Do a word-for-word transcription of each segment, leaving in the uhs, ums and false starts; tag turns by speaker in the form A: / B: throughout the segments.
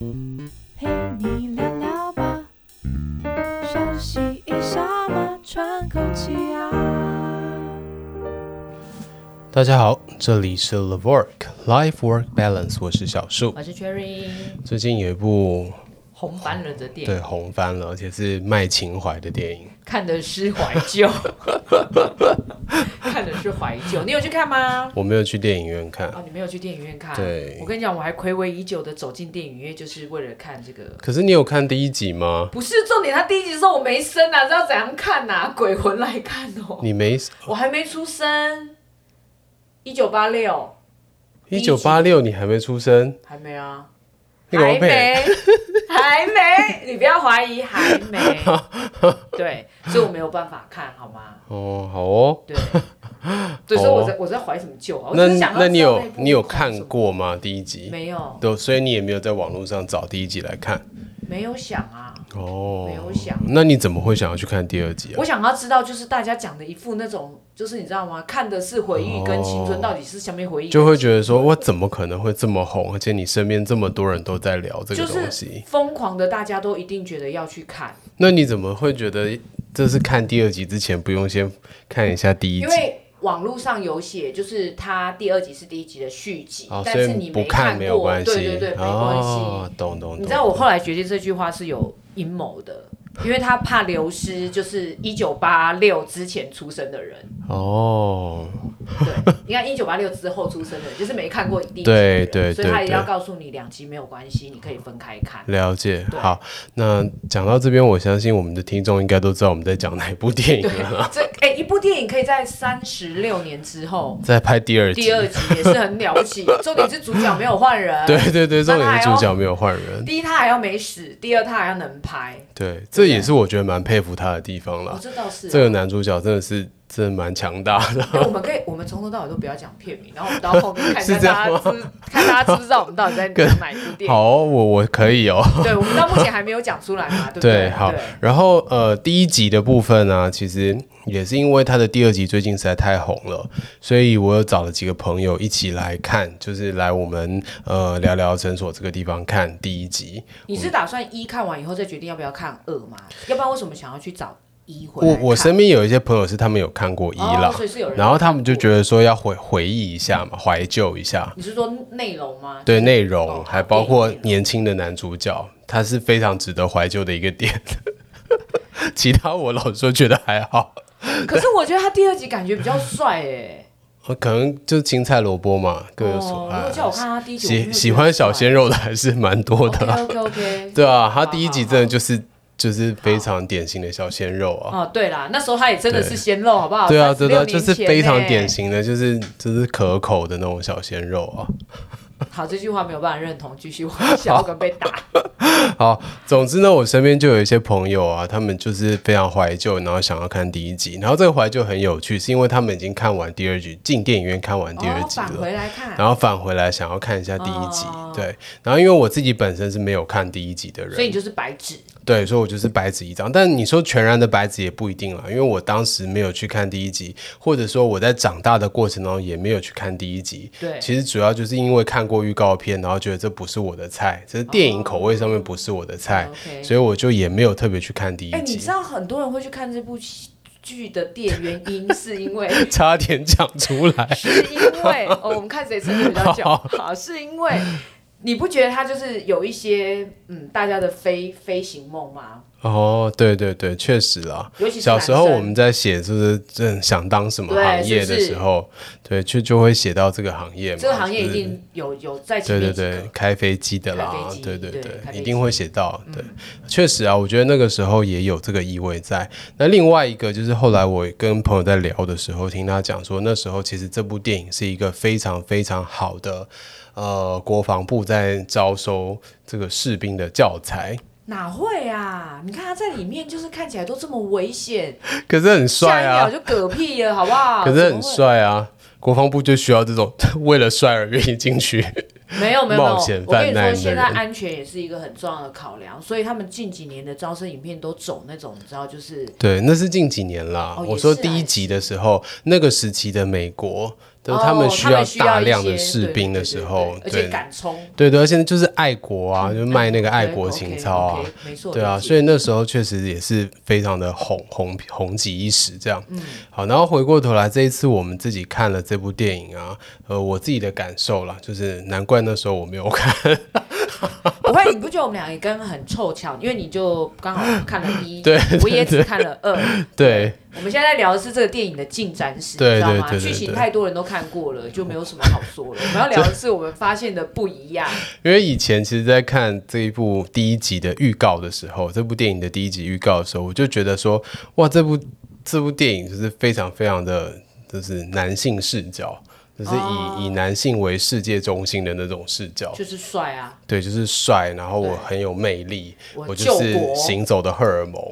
A: 陪你聊聊吧，休息一下嘛，喘口气啊。
B: 大家好，这里是 The Work Life Work Balance， 我是小树，
C: 我是 Cherry。
B: 最近有一部
C: 红翻了的电影，
B: 对红翻了，而且是卖情怀的电影，
C: 看的是怀旧，看的是怀旧。你有去看吗？
B: 我没有去电影院看。
C: 哦，你没有去电影院看？
B: 对，
C: 我跟你讲，我还睽违已久的走进电影院，就是为了看这个。
B: 可是你有看第一集吗？
C: 不是重点，他第一集的时候我没生啊，知道怎样看啊？鬼魂来看哦。
B: 你没？
C: 我还没出生。一九八六。
B: 一九八六你还没出生？
C: 还没啊。
B: 还
C: 没，还没，你不要怀疑，还没。对，所以我没有办法看，好吗？
B: 哦，好哦。
C: 对，对，所以我在我在怀什么旧啊？我
B: 那
C: 只是想
B: 那你有
C: 那
B: 你有看过吗？第一集
C: 没有，
B: 对，所以你也没有在网络上找第一集来看。
C: 没有想啊，
B: 哦，
C: 没有想。
B: 那你怎么会想要去看第二集啊？
C: 我想要知道，就是大家讲的一副那种，就是你知道吗？看的是回忆跟青春，到底是什么回忆？
B: 就会觉得说，我怎么可能会这么红？而且你身边这么多人都在聊这个东西，
C: 就是疯狂的，大家都一定觉得要去看。
B: 那你怎么会觉得这是看第二集之前不用先看一下第一集？
C: 因为网络上有写，就是它第二集是第一集的续集，
B: 哦、
C: 但是你
B: 不
C: 看
B: 没有关系，
C: 对对对，没关系。
B: 哦、懂懂懂。
C: 你知道我后来决定这句话是有阴谋的，因为他怕流失，就是一九八六之前出生的人。
B: 哦，
C: 对，你看一九八六之后出生的人，就是没看过第一集的
B: 对
C: 人，
B: 对对，
C: 所以他也要告诉你两集没有关系，你可以分开看。
B: 了解。好，那讲到这边，我相信我们的听众应该都知道我们在讲哪一部电影了。
C: 这哎、欸，一部电影可以在三十六年之后
B: 再拍第二集，
C: 第二集也是很了不起。重点是主角没有换人，
B: 对对对，重点是主角没有换人。
C: 第一，他还要没死；第二，他还要能拍。
B: 对，这也是我觉得蛮佩服他的地方啦。
C: 哦，这倒是、啊。
B: 这个男主角真的是真的蛮强大的。
C: 欸、我们可以，我们从头到尾都不要讲片名，然后我们到后面看一下大家知，看大家知不知道我们到底在讲哪一部电影。
B: 好、哦，我我可以哦。
C: 对，我们到目前还没有讲出来嘛，对不对？
B: 对，好。然后呃，第一集的部分呢、啊，其实也是因为他的第二集最近实在太红了，所以我有找了几个朋友一起来看，就是来我们呃聊聊诊所这个地方看第一集。
C: 你是打算一看完以后再决定要不要看二吗？要不然为什么想要去找一回来看？
B: 我我身边有一些朋友是他们有看过一啦，
C: 哦、所以是有人，
B: 然后他们就觉得说要回回忆一下嘛，怀旧一下。
C: 你是说内容吗？
B: 对，内容、哦、还包括
C: 哦
B: 年轻的男主角，他是非常值得怀旧的一个点。其他我老实说觉得还好。
C: 可是我觉得他第二集感觉比较帅哎。
B: 可能就是青菜萝卜嘛，各有所爱。
C: 如果叫我看他第一集，
B: 喜喜欢小鲜肉的还是蛮多的。
C: OK OK OK。
B: 对啊，他第一集真的就是就是非常典型的小鲜肉啊。
C: 哦，对啦，那时候他也真的是鲜肉，好不好？
B: 对啊，对啊，就是非常典型的，就是就是可口的那种小鲜肉啊。
C: 好，这句话没有办法认同，继续往下，我可能被打。
B: 好，总之呢，我身边就有一些朋友啊，他们就是非常怀旧，然后想要看第一集，然后这个怀旧很有趣，是因为他们已经看完第二集，进电影院看完第二集了，
C: 哦、返回来看，
B: 然后返回来想要看一下第一集，
C: 哦、
B: 对，然后因为我自己本身是没有看第一集的人，
C: 所以你就是白纸。
B: 对，所以我就是白纸一张，但你说全然的白纸也不一定啦，因为我当时没有去看第一集，或者说我在长大的过程中也没有去看第一集。
C: 对，
B: 其实主要就是因为看过预告片，然后觉得这不是我的菜，这是电影口味上面不是我的菜，哦 okay、所以我就也没有特别去看第一集。
C: 哎，你知道很多人会去看这部剧的电原因是因为
B: 差点讲出来，
C: 是因为哦，我们看谁成绩比较久，好，是因为。你不觉得他就是有一些嗯大家的飞飞行梦吗？
B: 哦，对对对，确实啦。
C: 尤其是
B: 小时候我们在写就是真想当什么行业的时候，对，就就会写到这个行业嘛。
C: 这个行业一定有、就是、有在前面
B: 对对对，开飞机的啦，对对
C: 对，
B: 对，一定会写到。对，确、嗯、实啊，我觉得那个时候也有这个意味在。那另外一个就是后来我跟朋友在聊的时候，听他讲说，那时候其实这部电影是一个非常非常好的。呃，国防部在招收这个士兵的教材，
C: 哪会啊？你看他在里面就是看起来都这么危险，
B: 可是很帅啊，
C: 下一秒就嗝屁了，好不好？
B: 可是很帅啊，国防部就需要这种为了帅而愿意进去。
C: 没有没有
B: 冒险
C: 我跟你说，现在
B: 人
C: 安全也是一个很重要的考量，所以他们近几年的招生影片都走那种，你知道，就是
B: 对，那是近几年啦。
C: 哦、
B: 我说第一集的时候，那个时期的美国， 就是他们需要大量的
C: 哦
B: 士兵的时候，
C: 对对对对对，而且敢冲，
B: 对对，而且就是爱国啊，就卖那个爱国情操啊，
C: okay, okay, okay, 没错，
B: 对啊，所以那时候确实也是非常的红红红极一时这样。嗯，好，然后回过头来，这一次我们自己看了这部电影啊，呃，我自己的感受啦，就是难怪那时候我没有看。
C: 不会，你不觉得我们俩也跟很凑巧？因为你就刚好看了一，
B: 对，
C: 我也只看了二，
B: 对。
C: 我们现在在聊的是这个电影的进展史，
B: 对
C: 你知道吗？
B: 对对对对
C: 剧情太多人都看过了，就没有什么好说了。我们要聊的是我们发现的不一样。
B: 因为以前其实，在看这一部第一集的预告的时候，这部电影的第一集预告的时候，我就觉得说，哇，这部这部电影就是非常非常的，就是男性视角。就是以、哦、以男性为世界中心的那种视角，
C: 就是帅啊，
B: 对，就是帅，然后我很有魅力，我, 我就是行走的荷尔蒙，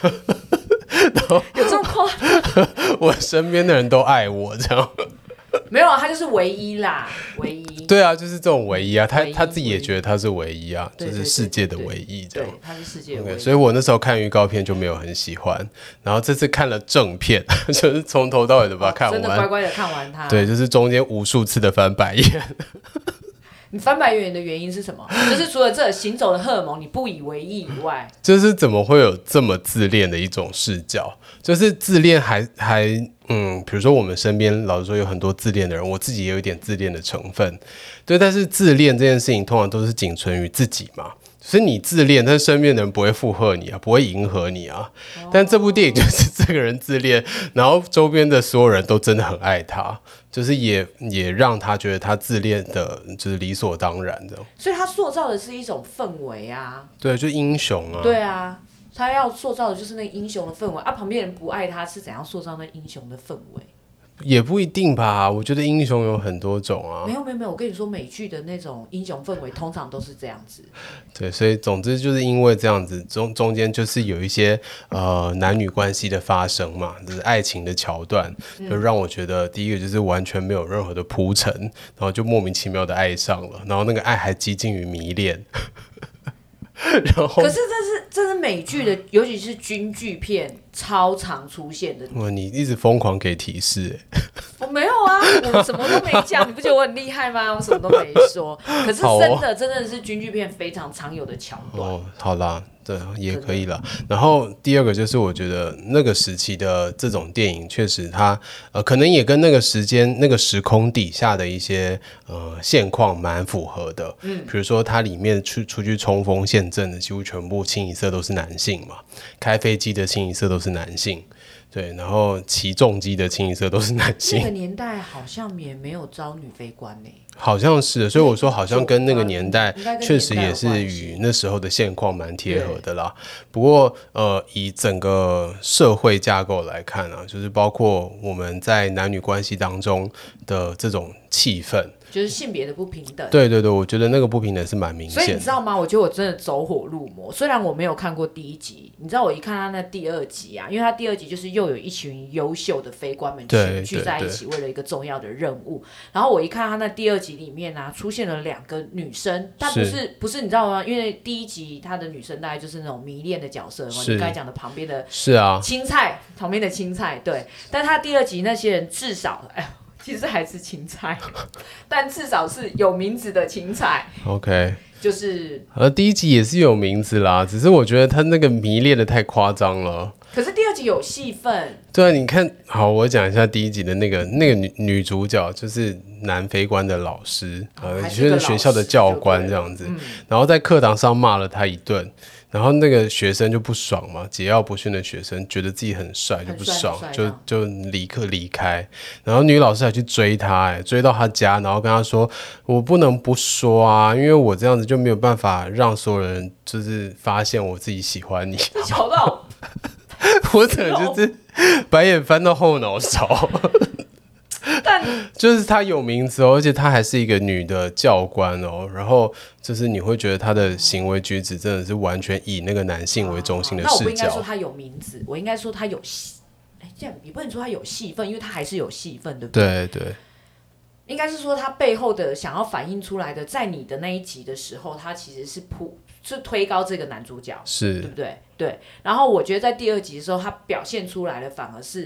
C: 有这么夸张？
B: 我身边的人都爱我，这样
C: 没有啊，他就是唯一啦，唯一。
B: 对啊，就是这种唯一啊，他他自己也觉得他是唯一啊，
C: 对对对对，
B: 就是世界的唯一这样。
C: 对，他是世界的唯一。
B: Okay, 所以我那时候看预告片就没有很喜欢，然后这次看了正片，就是从头到尾的把它看完，
C: 哦，真的乖乖的看完它。
B: 对，就是中间无数次的翻白眼。
C: 你翻白眼的原因是什么？就是除了这行走的荷尔蒙你不以为意以外，
B: 就是怎么会有这么自恋的一种视角？就是自恋还还嗯，比如说我们身边老实说有很多自恋的人，我自己也有一点自恋的成分，对，但是自恋这件事情通常都是仅存于自己嘛。所以你自恋，但是身边的人不会附和你啊，不会迎合你啊。哦、但这部电影就是这个人自恋，然后周边的所有人都真的很爱他，就是也也让他觉得他自恋的就是理所当然的。
C: 所以他塑造的是一种氛围啊，
B: 对，就英雄啊。
C: 对啊，他要塑造的就是那个英雄的氛围啊。旁边人不爱他是怎样塑造那英雄的氛围？
B: 也不一定吧，我觉得英雄有很多种啊。
C: 没有没有没有，我跟你说，美剧的那种英雄氛围通常都是这样子。
B: 对，所以总之就是因为这样子，中中间就是有一些呃男女关系的发生嘛，就是爱情的桥段，就让我觉得第一个就是完全没有任何的铺陈，然后就莫名其妙的爱上了，然后那个爱还接近于迷恋。然后，
C: 可是这是这是美剧的，尤其是军剧片超常出现的。
B: 哇，你一直疯狂给提示哎！
C: 我没有啊，我什么都没讲，你不觉得我很厉害吗？我什么都没说。可是真的、哦、真的是军剧片非常常有的桥段。
B: 哦，好啦。对，也可以了。然后第二个就是，我觉得那个时期的这种电影，确实它呃，可能也跟那个时间、那个时空底下的一些呃现况蛮符合的。嗯，比如说它里面出出去冲锋陷阵的，几乎全部清一色都是男性嘛，开飞机的清一色都是男性。对，然后骑重机的清一色都是男性。
C: 那个年代好像也没有招女飞官呢、欸。
B: 好像是，所以我说好像跟那个年代确实也是与那时候的现况蛮贴合的啦。不过呃，以整个社会架构来看啊，就是包括我们在男女关系当中的这种气氛。
C: 就是性别的不平等。
B: 对对对，我觉得那个不平等是蛮明显的。
C: 所以你知道吗？我觉得我真的走火入魔。虽然我没有看过第一集，你知道我一看他那第二集啊，因为他第二集就是又有一群优秀的飞官们聚聚在一起，为了一个重要的任务。然后我一看他那第二集里面啊，出现了两个女生，但不是, 是不是你知道吗？因为第一集他的女生大概就是那种迷恋的角色嘛，你刚才讲的旁边的
B: 是啊
C: 青菜，旁边的青菜对。但他第二集那些人至少哎。其实还是青菜，但至少是有名字的青菜。
B: OK，
C: 就是
B: 呃，第一集也是有名字啦，只是我觉得他那个迷恋的太夸张了。
C: 可是第二集有戏份。
B: 对啊，你看，好，我讲一下第一集的那个那个 女, 女主角，就是男飞官的老师，呃，就是学校的教官这样子，嗯、然后在课堂上骂了他一顿。然后那个学生就不爽嘛，桀骜不驯的学生觉得自己很帅就不爽，就就立刻离开。然后女老师还去追他，哎，追到他家，然后跟他说：“我不能不说啊，因为我这样子就没有办法让所有人就是发现我自己喜欢你。”
C: 吵到
B: 我可能就是白眼翻到后脑勺。
C: 但
B: 就是她有名字哦，而且她还是一个女的教官哦，然后就是你会觉得她的行为举止真的是完全以那个男性为中心的视角。
C: 那我不应该说她有名字，我应该说她有戏，哎，这样也不能说她有戏份，因为她还是有戏份，对不对？
B: 对对。
C: 应该是说她背后的想要反映出来的，在你的那一集的时候，她其实是铺是推高这个男主角，
B: 是
C: 对不对？对。然后我觉得在第二集的时候，他表现出来的反而是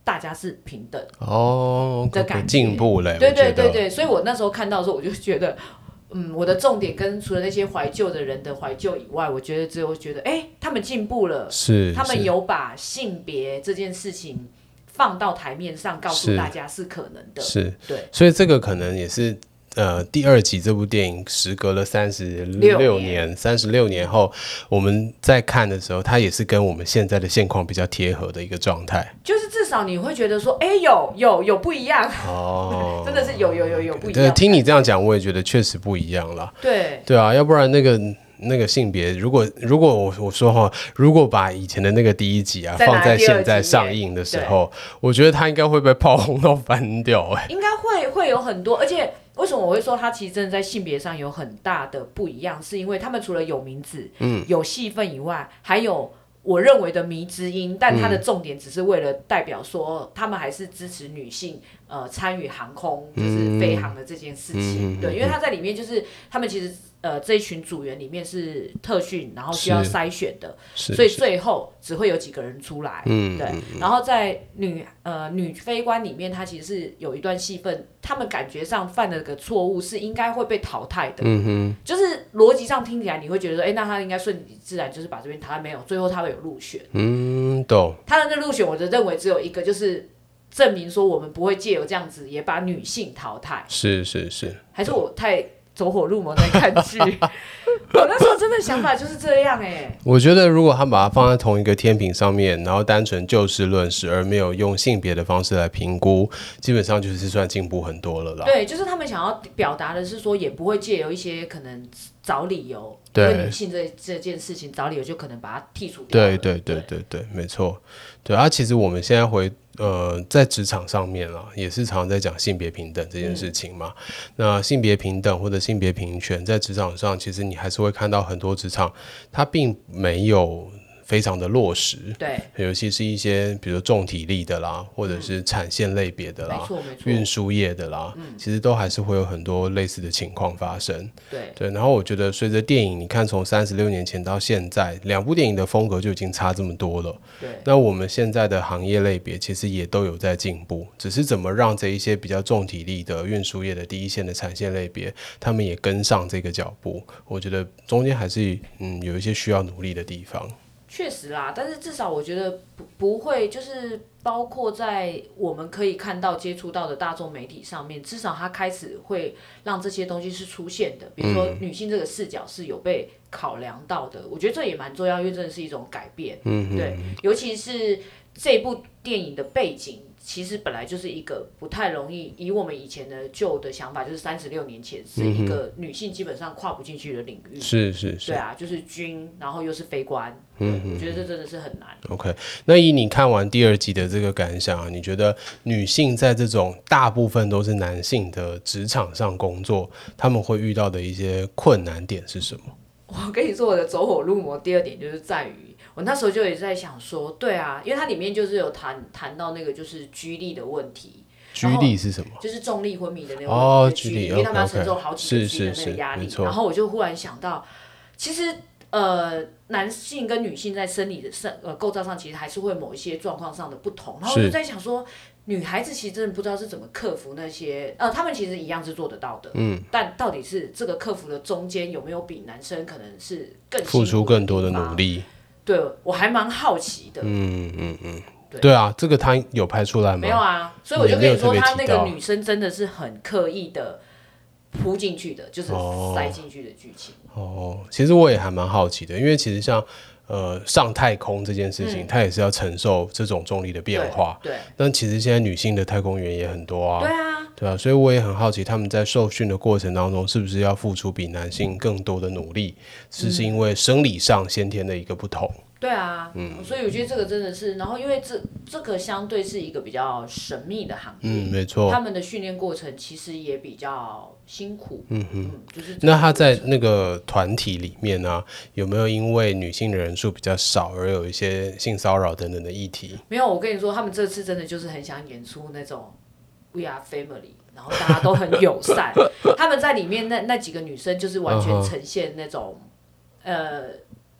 C: 大家是平等
B: 哦
C: 的感觉，
B: 进步嘞，
C: 对对对对，所以我那时候看到的时候，我就觉得。嗯，我的重点跟除了那些怀旧的人的怀旧以外，我觉得只有觉得，哎，他们进步了，
B: 是
C: 他们有把性别这件事情放到台面上，告诉大家是可能的，
B: 是，
C: 对，
B: 所以这个可能也是。呃，第二集这部电影时隔了三十六年，三十六年后，我们在看的时候，它也是跟我们现在的现况比较贴合的一个状态。
C: 就是至少你会觉得说，哎，有有有不一样哦，真的是有有有有不一样。
B: 对，听你这样讲，我也觉得确实不一样了。
C: 对，
B: 对啊，要不然那个。那个性别，如果如果我我说哈，如果把以前的那个第一集啊放在现在上映的时候，我觉得它应该会被炮轰到翻掉哎、欸，
C: 应该会会有很多，而且为什么我会说它其实真的在性别上有很大的不一样，是因为他们除了有名字、嗯、有戏份以外，还有我认为的迷之音，但它的重点只是为了代表说他们还是支持女性呃参与航空就是飞航的这件事情，嗯、对，因为他在里面就是他们其实。呃，这一群组员里面是特训，然后需要筛选的，所以最后只会有几个人出来。嗯，对。然后在女呃女飞官里面，她其实是有一段戏份，他们感觉上犯了个错误，是应该会被淘汰的。嗯哼，就是逻辑上听起来你会觉得说，哎，那他应该顺理自然就是把这边淘汰，没有，最后他会有入选。嗯，懂。他的那入选，我的认为只有一个，就是证明说我们不会借由这样子也把女性淘汰。
B: 是是是。
C: 还是我太。走火入魔在看剧，我那时候真的想法就是这样哎、欸。
B: 我觉得如果他把它放在同一个天平上面，然后单纯就事论事，而没有用性别的方式来评估，基本上就是算进步很多了啦。
C: 对，就是他们想要表达的是说，也不会借由一些可能找理由，对女性这这件事情找理由，就可能把它剔除掉了。
B: 对对对对 对, 对，没错。对啊，其实我们现在回。呃，在职场上面啦，也是常常在讲性别平等这件事情嘛。嗯、那性别平等或者性别平权，在职场上，其实你还是会看到很多职场，它并没有非常的落实。
C: 对，
B: 尤其是一些比如重体力的啦，或者是产线类别的啦，
C: 没错没错，
B: 运输业的啦、嗯，其实都还是会有很多类似的情况发生。
C: 对
B: 对，然后我觉得随着电影，你看从三十六年前到现在，两部电影的风格就已经差这么多了。
C: 对，
B: 那我们现在的行业类别其实也都有在进步，只是怎么让这一些比较重体力的运输业的第一线的产线类别，他们也跟上这个脚步，我觉得中间还是嗯有一些需要努力的地方。
C: 确实啦，但是至少我觉得不不会，就是包括在我们可以看到、接触到的大众媒体上面，至少它开始会让这些东西是出现的。比如说女性这个视角是有被考量到的，我觉得这也蛮重要，因为真的是一种改变。嗯，对，尤其是这部电影的背景。其实本来就是一个不太容易，以我们以前的旧的想法，就是三十六年前是一个女性基本上跨不进去的领域。
B: 是是是。
C: 对啊，就是军，然后又是飞官，嗯，我觉得这真的是很难。
B: OK， 那以你看完第二集的这个感想啊，你觉得女性在这种大部分都是男性的职场上工作，他们会遇到的一些困难点是什么？
C: 我跟你说，我的走火入魔第二点就是在于。我那时候就也在想说，对啊，因为它里面就是有谈谈到那个就是居力的问题。
B: 居力是什么？
C: 就是重力昏迷的那个
B: 哦，
C: 居力，因为他们要承受好几个 G 的那个压力。然后我就忽然想到，其实呃，男性跟女性在生理的生呃构造上，其实还是会某一些状况上的不同。然后我就在想说，女孩子其实真的不知道是怎么克服那些，呃，他们其实一样是做得到的，嗯，但到底是这个克服的中间有没有比男生可能是更
B: 付出更多的努力？
C: 对，我还蛮好奇的。
B: 嗯嗯嗯，对, 对啊，这个他有拍出来吗？
C: 没有啊，所以我就跟你说，他那个女生真的是很刻意的铺进去的，就是塞进去的剧情。
B: 哦，其实我也还蛮好奇的，因为其实像呃上太空这件事情，嗯、它也是要承受这种重力的变化。
C: 对，对
B: 但其实现在女性的太空员也很多啊。
C: 对啊。
B: 对啊，所以我也很好奇，他们在受训的过程当中，是不是要付出比男性更多的努力？是是因为生理上先天的一个不同？
C: 对啊，嗯，所以我觉得这个真的是，然后因为这这个相对是一个比较神秘的行业，
B: 嗯，没错，
C: 他们的训练过程其实也比较辛苦，嗯哼，嗯就是
B: 那他在那个团体里面呢、啊，有没有因为女性的人数比较少而有一些性骚扰等等的议题？
C: 没有，我跟你说，他们这次真的就是很想演出那种 We are family。然后大家都很友善，他们在里面那那几个女生就是完全呈现那种，呃，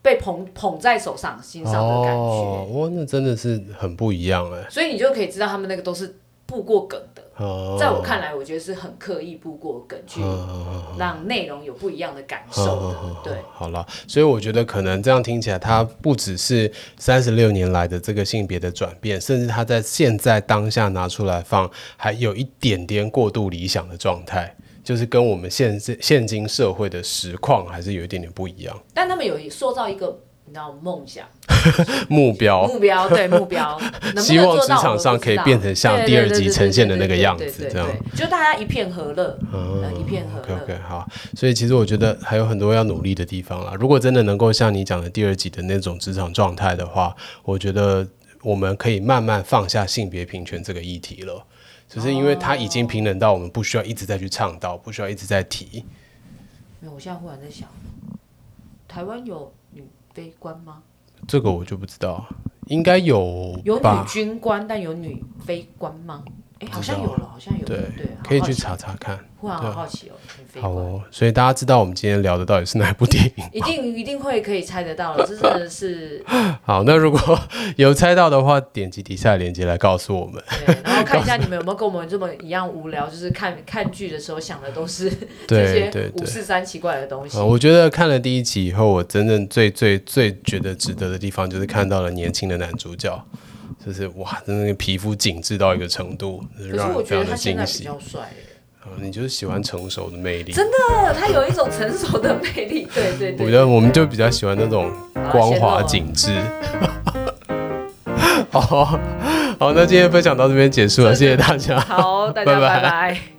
C: 被捧捧在手上心上的感觉。
B: 哦，哇，那真的是很不一样哎。
C: 所以你就可以知道他们那个都是布过梗的。
B: 哦、
C: 在我看来，我觉得是很刻意布过梗去让内容有不一样的感受的。对，
B: 好了，所以我觉得可能这样听起来，它不只是三十六年来的这个性别的转变，甚至它在现在当下拿出来放，还有一点点过度理想的状态。就是跟我们现现今社会的实况还是有一点点不一样，
C: 但他们有塑造一个你知道梦想、
B: 目标、
C: 目标对目标，能不能
B: 希望职场上可以变成像第二集呈现的那个样子，这样
C: 就大家一片和乐，嗯，一片和乐。
B: OK OK 好，所以其实我觉得还有很多要努力的地方啦。如果真的能够像你讲的第二集的那种职场状态的话，我觉得我们可以慢慢放下性别平权这个议题了。只是因为它已经平等到我们不需要一直在去倡导，不需要一直在提。
C: 没有，我现在忽然在想，台湾有女飞官吗？
B: 这个我就不知道，应该有
C: 有女军官，但有女飞官吗？哎，好像有了，好像有了，
B: 对
C: 对，
B: 可以去查查看。
C: 忽然好好奇哦，女飞官。
B: 好哦，所以大家知道我们今天聊的到底是哪部电影？
C: 一定一定会可以猜得到了，这真的是。
B: 好，那如果有猜到的话，点击底下的链接来告诉我们。
C: 对，然后看一下你们有没有跟我们这么一样无聊，就是看看剧的时候想的都是这些五四三奇怪的东西。
B: 我觉得看了第一集以后，我真正最最最觉得值得的地方，就是看到了年轻的男主角。就是哇，真的皮肤紧致到一个程度，让人非常的惊喜。
C: 可是我觉得他现在比较帅耶。
B: 你就是喜欢成熟的魅力，
C: 真的，他有一种成熟的魅力。对对 对,
B: 对，我觉得我们就比较喜欢那种光滑紧致。好，好，那今天分享到这边结束了，谢谢大家。
C: 好，大家拜拜。拜拜。